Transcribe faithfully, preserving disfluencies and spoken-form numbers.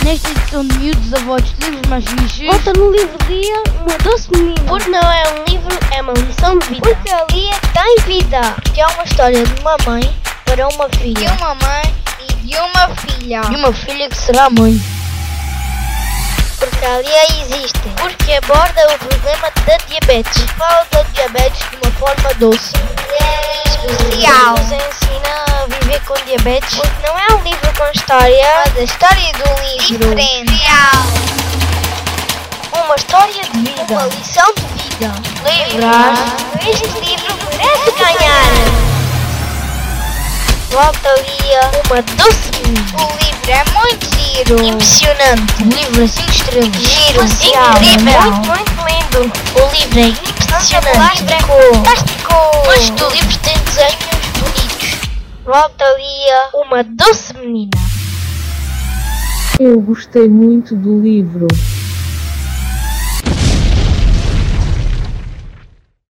Nesta edição de miúdos avós de livros mais fixes, Volta no livro-dia Uma Doce Menina. Porque não é um livro, é uma lição de vida. Porque ali é que tem vida. Porque é uma história de uma mãe para uma filha. De uma mãe e de uma filha. e uma filha que será mãe. Porque ali existe. Porque aborda o problema da diabetes. Fala da diabetes de uma forma doce. Especial. Nos ensina a viver com diabetes. Porque não é um livro com história, mas a história do livro. Diferente. Uma história de vida. Uma lição de vida. Livros. Este livro merece ganhar. Volta ali uma doce menina. O livro é muito giro. Impressionante. Livro a cinco estrelas. Giro. Especial. Incrível. Muito, muito lindo. O livro é impressionante. Plástico. Fantástico. Mas do livro tem desenhos bonitos. Volta ali uma doce menina. Eu gostei muito do livro.